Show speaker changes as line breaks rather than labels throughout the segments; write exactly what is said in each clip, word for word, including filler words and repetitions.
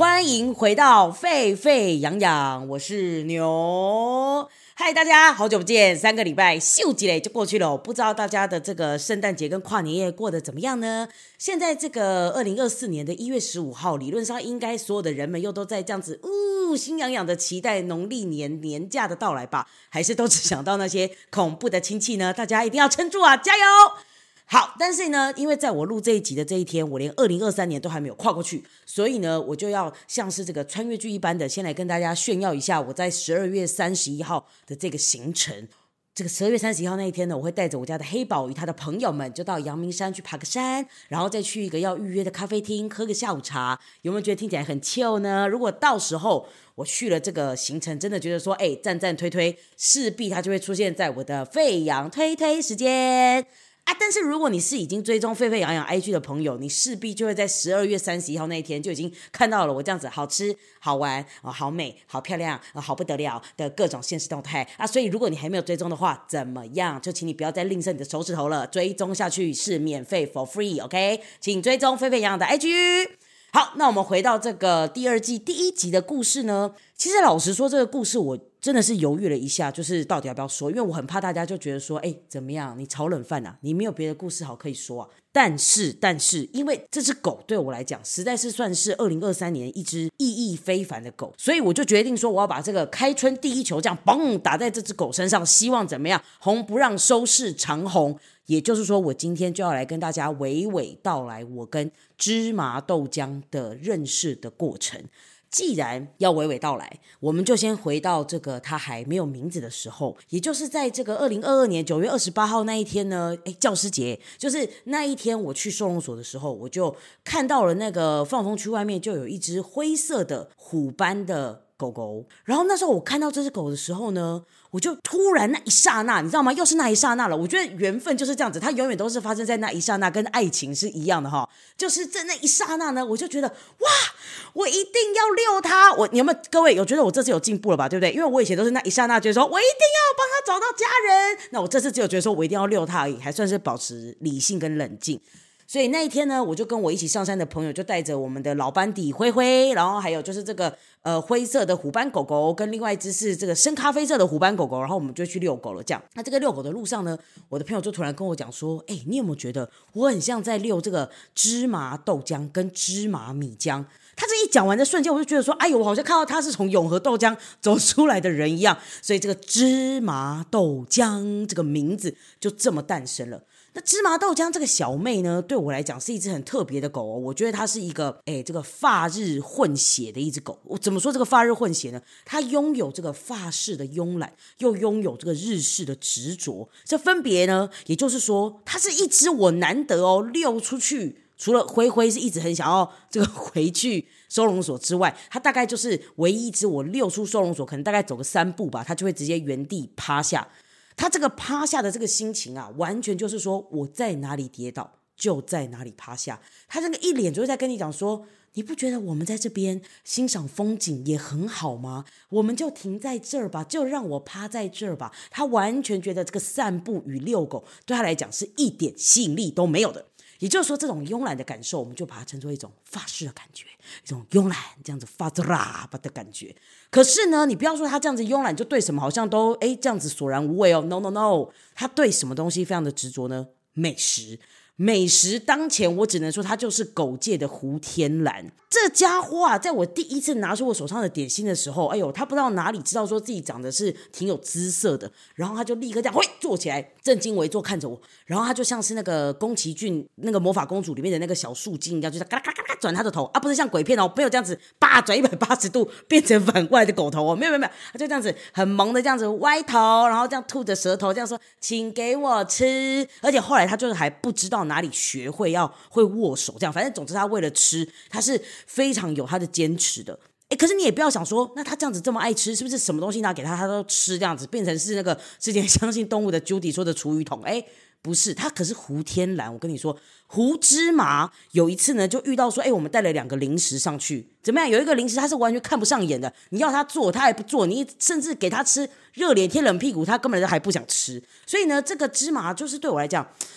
欢迎回到沸沸扬扬，我是牛。嗨，大家好久不见，三个礼拜咻几嘞就过去了，不知道大家的这个圣诞节跟跨年夜过得怎么样呢？现在这个二零二四年的一月十五号，理论上应该所有的人们又都在这样子呜心痒痒的期待农历年年假的到来吧？还是都只想到那些恐怖的亲戚呢？大家一定要撑住啊，加油！好，但是呢，因为在我录这一集的这一天，我连二零二三年都还没有跨过去，所以呢，我就要像是这个穿越剧一般的，先来跟大家炫耀一下我在十二月三十一号的这个行程。这个十二月三十一号那一天呢，我会带着我家的黑宝与他的朋友们，就到阳明山去爬个山，然后再去一个要预约的咖啡厅喝个下午茶。有没有觉得听起来很 chill 呢？如果到时候我去了这个行程，真的觉得说，哎，赞赞推推，势必它就会出现在我的沸扬推推时间。啊！但是如果你是已经追踪沸沸扬扬 I G 的朋友，你势必就会在十二月三十一号那一天就已经看到了我这样子好吃、好玩、哦、好美、好漂亮、哦、好不得了的各种现实动态啊！所以如果你还没有追踪的话，怎么样？就请你不要再吝啬你的手指头了，追踪下去是免费 for free，OK？、Okay? 请追踪沸沸扬扬的 I G。好，那我们回到这个第二季第一集的故事呢。其实老实说，这个故事我真的是犹豫了一下，就是到底要不要说，因为我很怕大家就觉得说，哎，怎么样，你炒冷饭啊，你没有别的故事好可以说啊。但是，但是，因为这只狗对我来讲，实在是算是二零二三年一只意义非凡的狗，所以我就决定说，我要把这个开春第一球这样嘣打在这只狗身上，希望怎么样，红不让收视长红。也就是说，我今天就要来跟大家娓娓道来我跟芝麻豆浆的认识的过程。既然要娓娓道来，我们就先回到这个他还没有名字的时候，也就是在这个二零二二年九月二十八号那一天呢，诶，教师节，就是那一天我去收容所的时候，我就看到了那个放风区外面就有一只灰色的虎斑的狗狗。然后那时候我看到这只狗的时候呢，我就突然那一刹那，你知道吗？又是那一刹那了。我觉得缘分就是这样子，它永远都是发生在那一刹那，跟爱情是一样的哈。就是在那一刹那呢，我就觉得哇，我一定要遛它。我你有没有各位有觉得我这次有进步了吧？对不对？因为我以前都是那一刹那觉得说我一定要帮他找到家人，那我这次只有觉得说我一定要遛它而已，还算是保持理性跟冷静。所以那一天呢，我就跟我一起上山的朋友就带着我们的老班底灰灰，然后还有就是这个呃灰色的虎斑狗狗，跟另外一只是这个深咖啡色的虎斑狗狗，然后我们就去遛狗了。这样，那这个遛狗的路上呢，我的朋友就突然跟我讲说，哎，你有没有觉得我很像在遛这个芝麻豆浆跟芝麻米浆？他这一讲完的瞬间，我就觉得说，哎呦，我好像看到他是从永和豆浆走出来的人一样。所以这个芝麻豆浆这个名字就这么诞生了。那芝麻豆浆这个小妹呢，对我来讲是一只很特别的狗哦。我觉得它是一个诶这个法日混血的一只狗。我怎么说这个法日混血呢？它拥有这个法式的慵懒，又拥有这个日式的执着。这分别呢，也就是说，它是一只我难得哦溜出去。除了灰灰是一直很想要这个回去收容所之外，它大概就是唯一一只我溜出收容所，可能大概走个三步吧，它就会直接原地趴下。他这个趴下的这个心情啊，完全就是说我在哪里跌倒就在哪里趴下。他这个一脸就是在跟你讲说，你不觉得我们在这边欣赏风景也很好吗？我们就停在这儿吧，就让我趴在这儿吧。他完全觉得这个散步与遛狗对他来讲是一点吸引力都没有的。也就是说，这种慵懒的感受，我们就把它称作一种法式的感觉，一种慵懒这样子发着喇叭的感觉。可是呢，你不要说他这样子慵懒就对什么好像都哎这样子索然无味哦 ，no no no， 他对什么东西非常的执着呢？美食。美食当前，我只能说他就是狗界的胡天蓝。这家伙啊，在我第一次拿出我手上的点心的时候，哎呦，他不知道哪里知道说自己长得是挺有姿色的，然后他就立刻这样，喂，坐起来，正襟危坐看着我，然后他就像是那个宫崎骏那个魔法公主里面的那个小树精一样，就是嘎啦嘎啦嘎啦转他的头啊，不是像鬼片哦，没有这样子，叭转一百八十度变成反过来的狗头哦，没有没有没有，他就这样子很萌的这样子歪头，然后这样吐着舌头这样说，请给我吃，而且后来他就是还不知道哪里学会要会握手这样，反正总之他为了吃，他是非常有他的坚持的。诶，可是你也不要想说，那他这样子这么爱吃，是不是什么东西拿给他他都吃这样子，变成是那个之前相信动物的 Judy 说的厨余桶？诶，不是，他可是胡天蓝。我跟你说，胡芝麻有一次呢，就遇到说，哎，我们带了两个零食上去，怎么样？有一个零食他是完全看不上眼的，你要他做他还不做，你甚至给他吃热脸贴冷屁股，他根本就还不想吃。所以呢，这个芝麻就是对我来讲，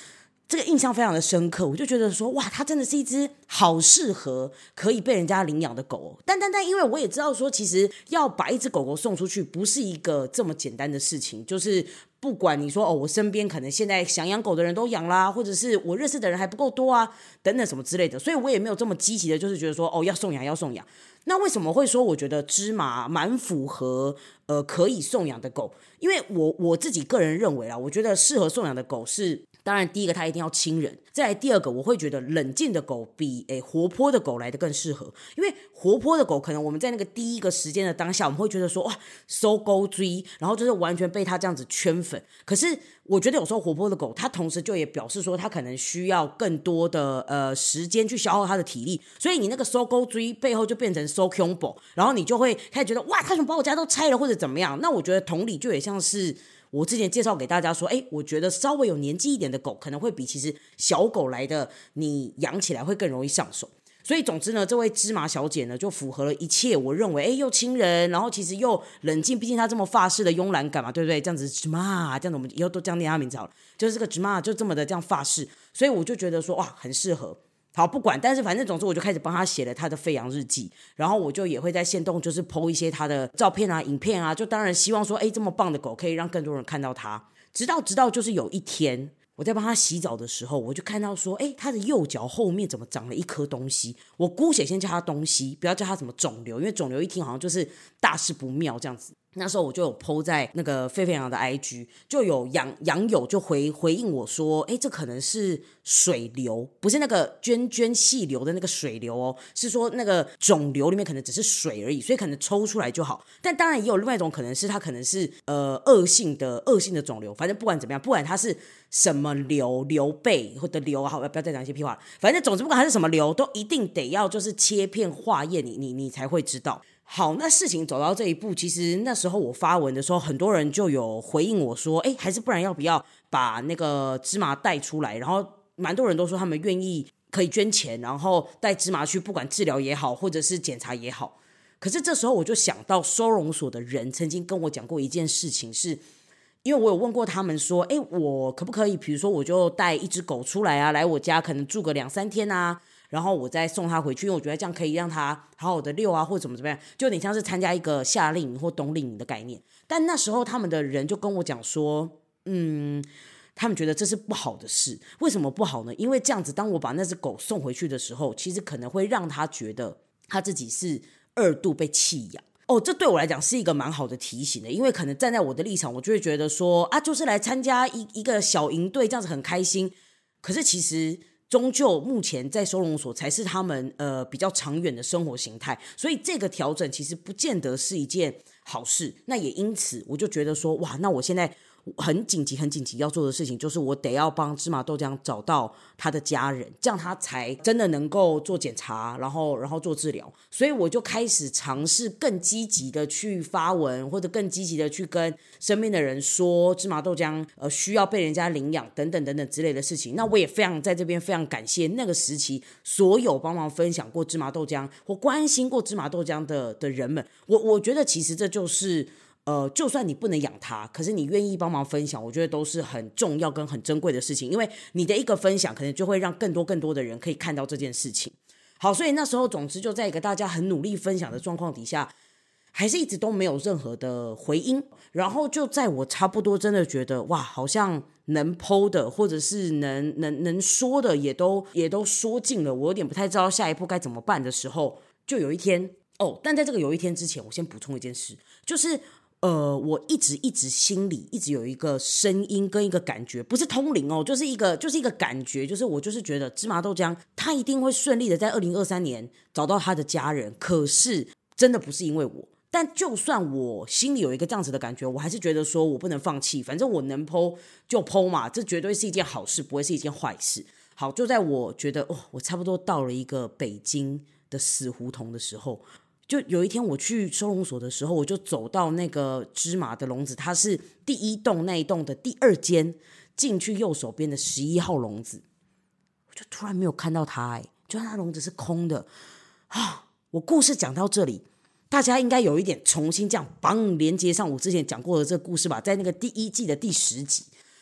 这个印象非常的深刻，我就觉得说哇，它真的是一只好适合可以被人家领养的狗哦。但但但因为我也知道说，其实要把一只狗狗送出去不是一个这么简单的事情，就是不管你说哦，我身边可能现在想养狗的人都养啦，或者是我认识的人还不够多啊，等等什么之类的，所以我也没有这么积极的，就是觉得说哦要送养要送养。那为什么会说我觉得芝麻蛮符合呃可以送养的狗？因为我我自己个人认为啦，我觉得适合送养的狗是，当然第一个它一定要亲人，再来第二个我会觉得冷静的狗比诶活泼的狗来的更适合，因为活泼的狗可能我们在那个第一个时间的当下，我们会觉得说哇收钩追，然后就是完全被它这样子圈粉。可是我觉得有时候活泼的狗，它同时就也表示说它可能需要更多的呃时间去消耗它的体力，所以你那个收钩追背后就变成收 combo， 然后你就会开始觉得哇，它怎么把我家都拆了或者怎么样？那我觉得同理就也像是我之前介绍给大家说，哎，我觉得稍微有年纪一点的狗可能会比其实小狗来的你养起来会更容易上手。所以总之呢，这位芝麻小姐呢就符合了一切我认为，哎，又亲人，然后其实又冷静，毕竟她这么法式的慵懒感嘛，对不对？这样子芝麻，这样子我们以后都这样念她名字好了，就是这个芝麻就这么的这样法式，所以我就觉得说哇，很适合。好，不管，但是反正总之我就开始帮他写了他的吠扬日记，然后我就也会在限动就是 po 一些他的照片啊影片啊，就当然希望说哎，这么棒的狗可以让更多人看到他。直到直到就是有一天我在帮他洗澡的时候，我就看到说哎，他的右脚后面怎么长了一颗东西，我姑且先叫他东西，不要叫他什么肿瘤，因为肿瘤一听好像就是大事不妙这样子。那时候我就有 po 在那个沸沸扬扬的 I G， 就有养养友就回回应我说，哎，这可能是水流，不是那个涓涓细流的那个水流哦，是说那个肿瘤里面可能只是水而已，所以可能抽出来就好。但当然也有另外一种可能是它可能是呃恶性的恶性的肿瘤，反正不管怎么样，不管它是什么瘤瘤背或者瘤啊，好，不要再讲一些屁话了，反正总之不管它是什么瘤，都一定得要就是切片化验，你你你才会知道。好，那事情走到这一步，其实那时候我发文的时候，很多人就有回应我说，哎，还是不然要不要把那个芝麻带出来？然后蛮多人都说他们愿意可以捐钱，然后带芝麻去不管治疗也好，或者是检查也好。可是这时候我就想到收容所的人曾经跟我讲过一件事情，是因为我有问过他们说，哎，我可不可以比如说我就带一只狗出来啊，来我家可能住个两三天啊，然后我再送他回去，因为我觉得这样可以让他好好的遛啊，或者怎么怎么样，就有点像是参加一个夏令营或冬令营的概念。但那时候他们的人就跟我讲说，嗯，他们觉得这是不好的事。为什么不好呢？因为这样子，当我把那只狗送回去的时候，其实可能会让他觉得他自己是二度被弃养。哦，这对我来讲是一个蛮好的提醒的，因为可能站在我的立场，我就会觉得说啊，就是来参加一一个小营队，这样子很开心。可是其实终究目前在收容所才是他们呃比较长远的生活形态，所以这个调整其实不见得是一件好事。那也因此我就觉得说哇，那我现在很紧急很紧急要做的事情就是我得要帮芝麻豆浆找到他的家人，这样他才真的能够做检查，然后然后做治疗。所以我就开始尝试更积极的去发文，或者更积极的去跟身边的人说芝麻豆浆呃需要被人家领养等等等等之类的事情。那我也非常在这边非常感谢那个时期所有帮忙分享过芝麻豆浆或关心过芝麻豆浆的的人们。我我觉得其实这就是呃，就算你不能养它，可是你愿意帮忙分享，我觉得都是很重要跟很珍贵的事情，因为你的一个分享可能就会让更多更多的人可以看到这件事情。好，所以那时候总之就在一个大家很努力分享的状况底下，还是一直都没有任何的回音。然后就在我差不多真的觉得哇，好像能 po 的或者是能能能说的也都也都说尽了，我有点不太知道下一步该怎么办的时候，就有一天哦，但在这个有一天之前，我先补充一件事，就是呃，我一直一直心里一直有一个声音跟一个感觉，不是通灵哦，就是一个就是一个感觉，就是我就是觉得芝麻豆浆他一定会顺利的在二零二三年找到他的家人，可是真的不是因为我。但就算我心里有一个这样子的感觉，我还是觉得说我不能放弃，反正我能 po 就 po 嘛，这绝对是一件好事，不会是一件坏事。好，就在我觉得哦，我差不多到了一个北京的死胡同的时候，就有一天我去收容所的时候，我就走到那个芝麻的笼子，它是第一栋那一栋的第二间进去右手边的十一号笼子，我就突然没有看到它，哎，就它笼子是空的啊！我故事讲到这里，大家应该有一点重新这样帮连接上我之前讲过的这个故事吧，在那个第一季的第十集。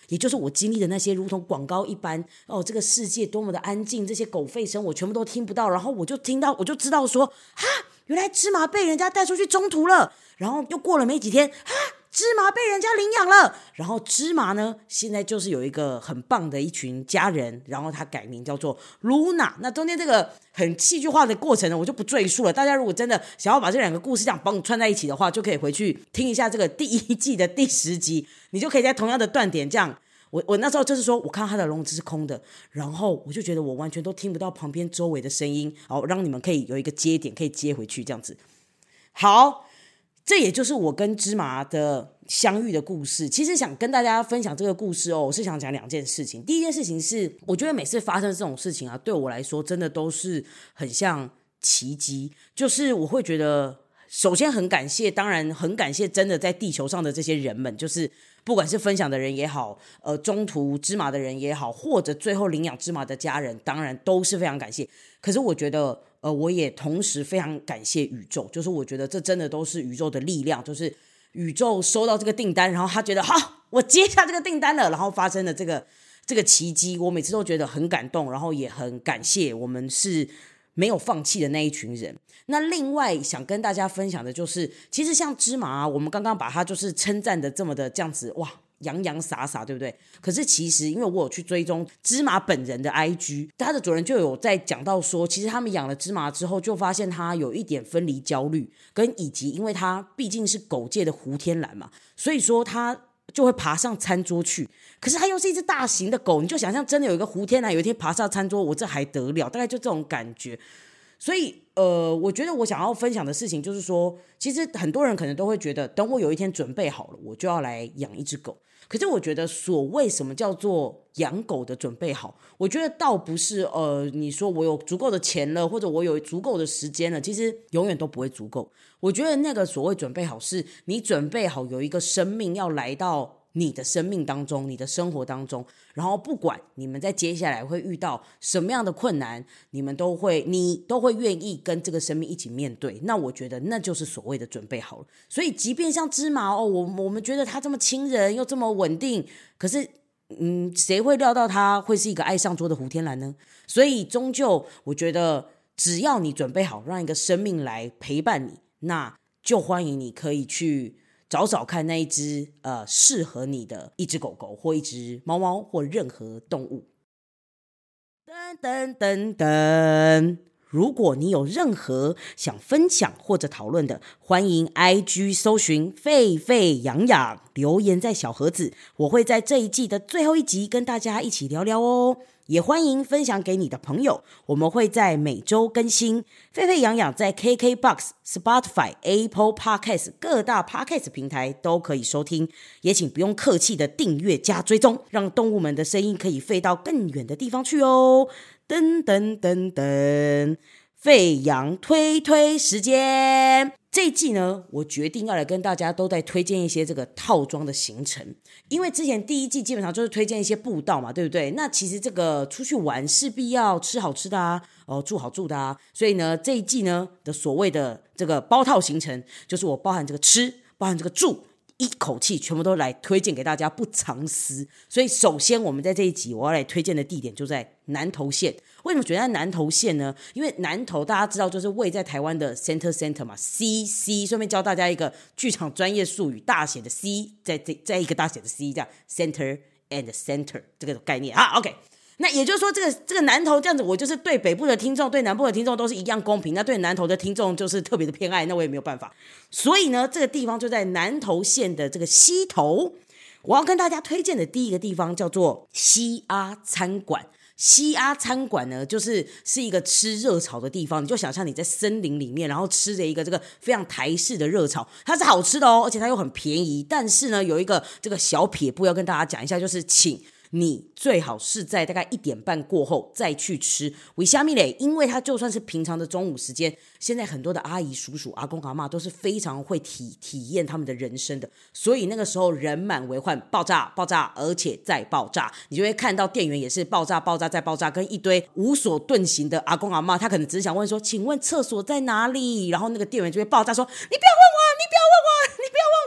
也就是我经历的那些如同广告一般，哦，这个世界多么的安静，这些狗吠声我全部都听不到，然后我就听到，我就知道说，哈，原来芝麻被人家带出去中途了，然后又过了没几天，哈，芝麻被人家领养了，然后芝麻呢，现在就是有一个很棒的一群家人，然后他改名叫做 Luna。 那中间这个很戏剧化的过程呢，我就不赘述了，大家如果真的想要把这两个故事这样帮你串在一起的话，就可以回去听一下这个第一季的第十集，你就可以在同样的断点这样。我我那时候就是说，我看到他的笼子是空的，然后我就觉得我完全都听不到旁边周围的声音，好让你们可以有一个接点可以接回去这样子。好，这也就是我跟芝麻的相遇的故事。其实想跟大家分享这个故事哦，我是想讲两件事情。第一件事情是，我觉得每次发生这种事情啊，对我来说真的都是很像奇迹。就是我会觉得，首先很感谢，当然很感谢真的在地球上的这些人们，就是不管是分享的人也好，呃，中途芝麻的人也好，或者最后领养芝麻的家人，当然都是非常感谢。可是我觉得呃，我也同时非常感谢宇宙，就是我觉得这真的都是宇宙的力量，就是宇宙收到这个订单，然后他觉得好，我接下这个订单了，然后发生了这个这个奇迹，我每次都觉得很感动，然后也很感谢我们是没有放弃的那一群人。那另外想跟大家分享的就是，其实像芝麻啊，我们刚刚把它就是称赞的这么的这样子，哇，洋洋洒洒，对不对？可是其实因为我有去追踪芝麻本人的 I G， 他的主人就有在讲到说，其实他们养了芝麻之后，就发现他有一点分离焦虑，跟以及因为他毕竟是狗界的胡天蓝嘛，所以说他就会爬上餐桌去。可是他又是一只大型的狗，你就想象真的有一个胡天蓝有一天爬上餐桌，我这还得了？大概就这种感觉。所以呃，我觉得我想要分享的事情就是说，其实很多人可能都会觉得，等我有一天准备好了，我就要来养一只狗。可是我觉得所谓什么叫做养狗的准备好，我觉得倒不是呃，你说我有足够的钱了，或者我有足够的时间了，其实永远都不会足够。我觉得那个所谓准备好，是你准备好有一个生命要来到你的生命当中，你的生活当中，然后不管你们在接下来会遇到什么样的困难，你们都会你都会愿意跟这个生命一起面对。那我觉得那就是所谓的准备好了。所以即便像芝麻哦，我我们觉得他这么亲人又这么稳定，可是嗯，谁会料到他会是一个爱上桌的胡天蓝呢？所以终究我觉得，只要你准备好让一个生命来陪伴你，那就欢迎你可以去找找看那一只呃适合你的一只狗狗或一只猫猫或任何动物。噔噔噔噔，如果你有任何想分享或者讨论的，欢迎 I G 搜寻沸沸扬扬，留言在小盒子，我会在这一季的最后一集跟大家一起聊聊哦。也欢迎分享给你的朋友，我们会在每周更新。沸沸扬扬在 K K B O X、Spotify、Apple Podcast 各大 Podcast 平台都可以收听，也请不用客气的订阅加追踪，让动物们的声音可以飞到更远的地方去哦。噔噔噔噔，沸扬推推时间。这一季呢，我决定要来跟大家都在推荐一些这个套装的行程，因为之前第一季基本上就是推荐一些步道嘛，对不对？那其实这个出去玩势必要吃好吃的啊，哦，住好住的啊，所以呢，这一季呢的所谓的这个包套行程，就是我包含这个吃，包含这个住，一口气全部都来推荐给大家，不藏私。所以首先我们在这一集我要来推荐的地点就在南投县。为什么选在南投县呢？因为南投大家知道就是位在台湾的 Center Center 嘛 ，C C， 顺便教大家一个剧场专业术语，大写的 C 在在一个大写的 C， 这样 Center and Center 这个概念啊 ，OK。那也就是说，这个这个南投这样子，我就是对北部的听众、对南部的听众都是一样公平。那对南投的听众就是特别的偏爱，那我也没有办法。所以呢，这个地方就在南投县的这个西头。我要跟大家推荐的第一个地方叫做西阿餐馆。西阿餐馆呢，就是是一个吃热炒的地方。你就想象你在森林里面，然后吃着一个这个非常台式的热炒，它是好吃的哦，而且它又很便宜。但是呢，有一个这个小撇步要跟大家讲一下，就是请你最好是在大概一点半过后再去吃。为什么嘞？因为它就算是平常的中午时间，现在很多的阿姨、叔叔、阿公、阿嬷都是非常会体体验他们的人生的，所以那个时候人满为患，爆炸、爆炸，而且再爆炸。你就会看到店员也是爆炸、爆炸再爆炸，跟一堆无所遁形的阿公阿嬷，他可能只是想问说：“请问厕所在哪里？”然后那个店员就会爆炸说：“你不要问我，你不要问我，你不要问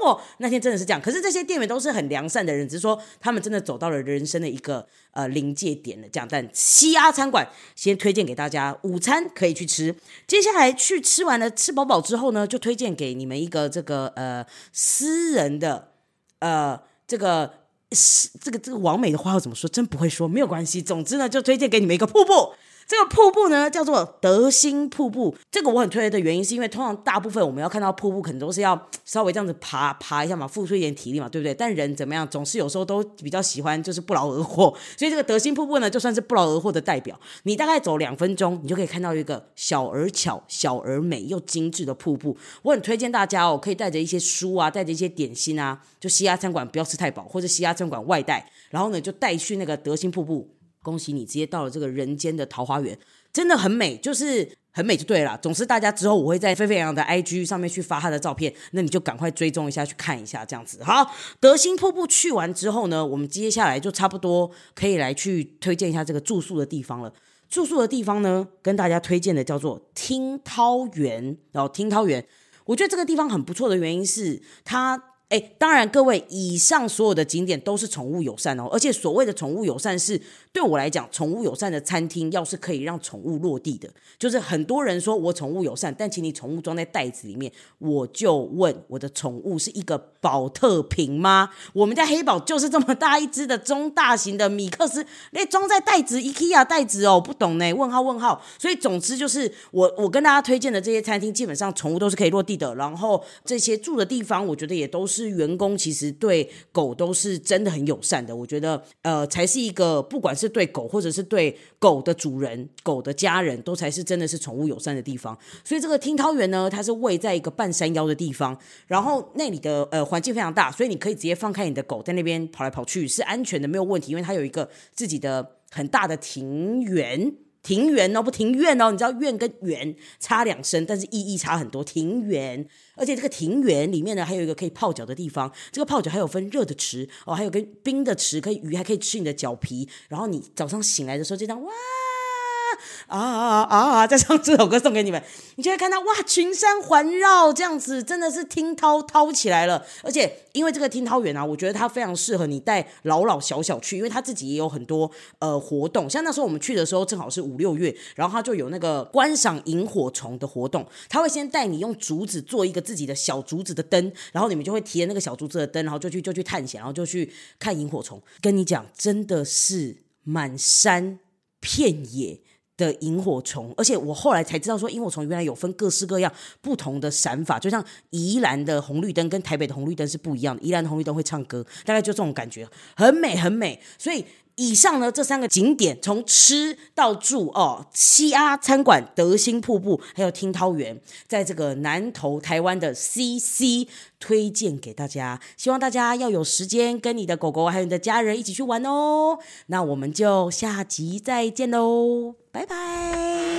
错，那天真的是这样。可是这些店员都是很良善的人，只是说他们真的走到了人生的一个呃临界点了这样。但西鸭餐馆先推荐给大家，午餐可以去吃。接下来去吃完了吃饱饱之后呢，就推荐给你们一个这个呃私人的呃这个这个这个网美的话要怎么说，真不会说，没有关系。总之呢，就推荐给你们一个瀑布。这个瀑布呢叫做德兴瀑布，这个我很推荐的原因是因为通常大部分我们要看到瀑布可能都是要稍微这样子爬爬一下嘛，付出一点体力嘛，对不对？但人怎么样，总是有时候都比较喜欢就是不劳而获，所以这个德兴瀑布呢就算是不劳而获的代表。你大概走两分钟，你就可以看到一个小而巧、小而美又精致的瀑布。我很推荐大家哦，可以带着一些书啊，带着一些点心啊，就西鸭餐馆不要吃太饱，或者西鸭餐馆外带，然后呢就带去那个德兴瀑布。恭喜你直接到了这个人间的桃花源，真的很美，就是很美就对了。总之大家之后我会在飞飞扬扬的 I G 上面去发他的照片，那你就赶快追踪一下去看一下这样子。好，德兴瀑布去完之后呢，我们接下来就差不多可以来去推荐一下这个住宿的地方了。住宿的地方呢，跟大家推荐的叫做听涛园。然后听涛园我觉得这个地方很不错的原因是它哎，当然各位，以上所有的景点都是宠物友善哦，而且所谓的宠物友善是对我来讲，宠物友善的餐厅要是可以让宠物落地的，就是很多人说我宠物友善，但请你宠物装在袋子里面，我就问我的宠物是一个宝特瓶吗？我们家黑宝就是这么大一只的中大型的米克斯，那装在袋子 IKEA 袋子哦，不懂呢，问号问号。所以总之就是我我跟大家推荐的这些餐厅，基本上宠物都是可以落地的，然后这些住的地方，我觉得也都是。是员工其实对狗都是真的很友善的，我觉得呃才是一个不管是对狗或者是对狗的主人、狗的家人都才是真的是宠物友善的地方。所以这个听涛园呢，它是位在一个半山腰的地方，然后那里的呃环境非常大，所以你可以直接放开你的狗在那边跑来跑去，是安全的，没有问题，因为它有一个自己的很大的庭园。庭园哦，不庭院哦，你知道院跟园差两声，但是意义差很多。庭园，而且这个庭园里面呢，还有一个可以泡脚的地方。这个泡脚还有分热的池哦，还有跟冰的池，可以鱼还可以吃你的脚皮。然后你早上醒来的时候，就这样哇啊啊啊啊！再唱这首歌送给你们，你就会看到哇，群山环绕这样子，真的是听涛涛起来了。而且因为这个听涛园啊，我觉得它非常适合你带老老小小去，因为它自己也有很多呃活动。像那时候我们去的时候，正好是五六月，然后它就有那个观赏萤火虫的活动。它会先带你用竹子做一个自己的小竹子的灯，然后你们就会提着那个小竹子的灯，然后就去就去探险，然后就去看萤火虫。跟你讲，真的是满山遍野的萤火虫，而且我后来才知道说萤火虫原来有分各式各样不同的闪法，就像宜兰的红绿灯跟台北的红绿灯是不一样的，宜兰的红绿灯会唱歌，大概就这种感觉，很美很美。所以以上呢这三个景点，从吃到住哦，西阿餐馆、德兴瀑布还有听涛园，在这个南投台湾的 C C 推荐给大家，希望大家要有时间跟你的狗狗还有你的家人一起去玩哦。那我们就下集再见喽，拜拜。